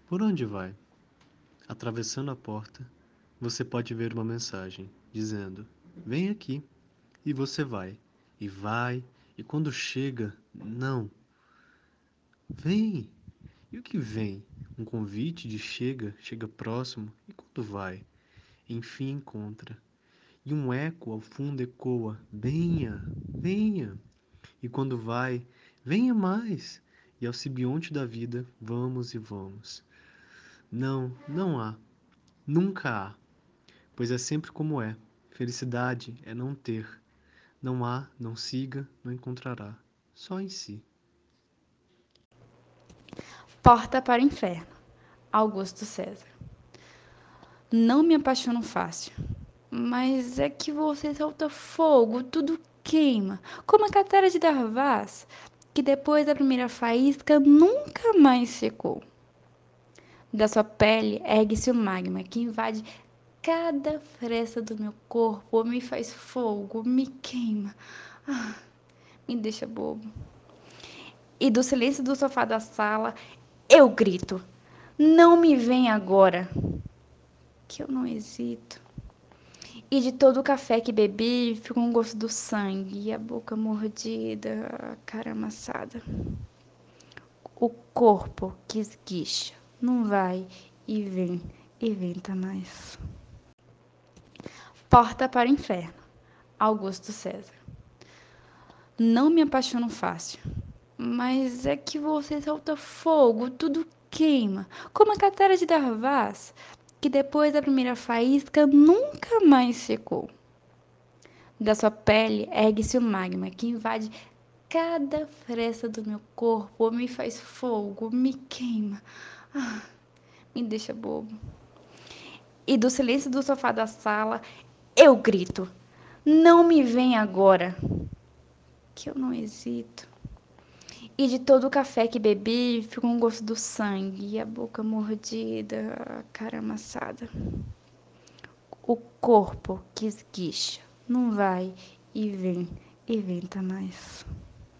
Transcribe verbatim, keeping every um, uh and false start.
Por onde vai? Atravessando a porta, você pode ver uma mensagem dizendo: Vem aqui. E você vai, e vai, e quando chega, não. Vem! E o que vem? Um convite de chega, chega próximo, e quando vai? Enfim encontra. E um eco ao fundo ecoa: Venha, venha! E quando vai, venha mais! E ao simbionte da vida, vamos e vamos. Não, não há, nunca há, pois é sempre como é. Felicidade é não ter. Não há, não siga, não encontrará. Só em si. Porta para o Inferno, Augusto César. Não me apaixono fácil, mas é que você solta fogo, tudo queima, como a catara de Darvaz, que depois da primeira faísca nunca mais secou. Da sua pele ergue-se o magma que invade cada fresta do meu corpo, me faz fogo, me queima, ah, me deixa bobo. E do silêncio do sofá da sala, eu grito: Não me vem agora, que eu não hesito. E de todo o café que bebi, ficou um gosto do sangue, a boca mordida, a cara amassada. O corpo que esguicha, não vai e vem, e venta mais. Porta para o Inferno, Augusto César. Não me apaixono fácil, mas é que você solta fogo, tudo queima, como a catara de Darvaz, que depois da primeira faísca nunca mais secou. Da sua pele ergue-se o magma que invade cada fresta do meu corpo, me faz fogo, me queima, ah, me deixa bobo. E do silêncio do sofá da sala, eu grito: Não me vem agora, que eu não hesito. E de todo o café que bebi, ficou um gosto do sangue, a boca mordida, a cara amassada. O corpo que esguicha, não vai e vem e venta mais.